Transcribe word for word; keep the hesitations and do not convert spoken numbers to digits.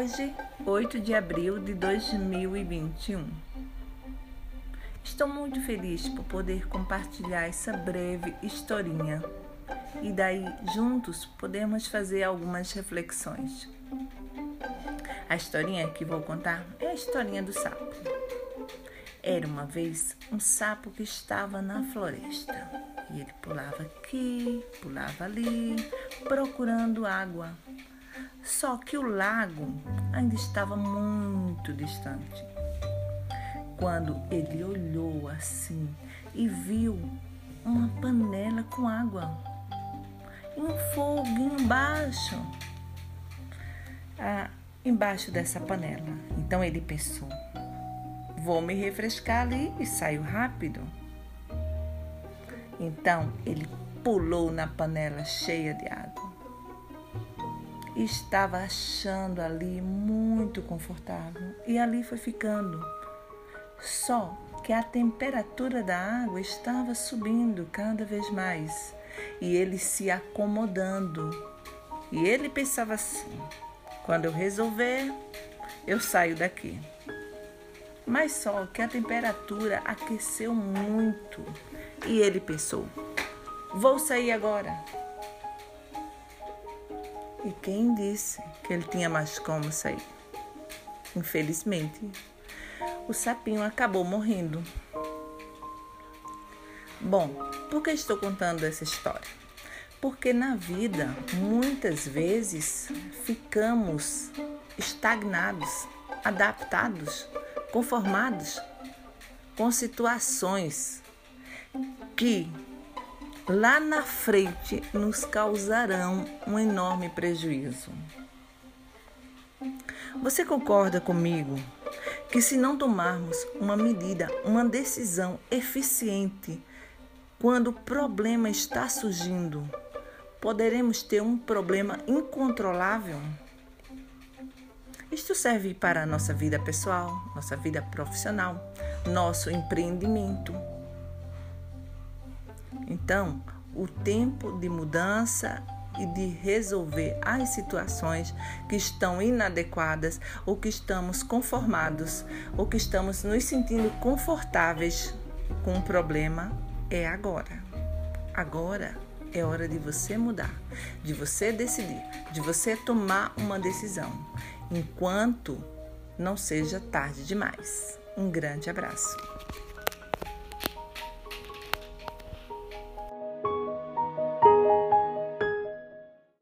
Hoje, oito de abril de dois mil e vinte e um. Estou muito feliz por poder compartilhar essa breve historinha e daí juntos podemos fazer algumas reflexões. A historinha que vou contar é a historinha do sapo. Era uma vez um sapo que estava na floresta e ele pulava aqui, pulava ali, procurando água. Só que o lago ainda estava muito distante. Quando ele olhou assim e viu uma panela com água e um fogo embaixo, ah, embaixo dessa panela. Então ele pensou, vou me refrescar ali, e saiu rápido. Então ele pulou na panela cheia de água. Estava achando ali muito confortável e ali foi ficando. Só que a temperatura da água estava subindo cada vez mais e ele se acomodando. E ele pensava assim, quando eu resolver, eu saio daqui. Mas só que a temperatura aqueceu muito e ele pensou, vou sair agora. E quem disse que ele tinha mais como sair? Infelizmente, o sapinho acabou morrendo. Bom, por que estou contando essa história? Porque na vida, muitas vezes, ficamos estagnados, adaptados, conformados com situações que lá na frente nos causarão um enorme prejuízo. Você concorda comigo que se não tomarmos uma medida, uma decisão eficiente, quando o problema está surgindo, poderemos ter um problema incontrolável? Isto serve para a nossa vida pessoal, nossa vida profissional, nosso empreendimento. Então, o tempo de mudança e de resolver as situações que estão inadequadas ou que estamos conformados ou que estamos nos sentindo confortáveis com o problema é agora. Agora é hora de você mudar, de você decidir, de você tomar uma decisão, enquanto não seja tarde demais. Um grande abraço.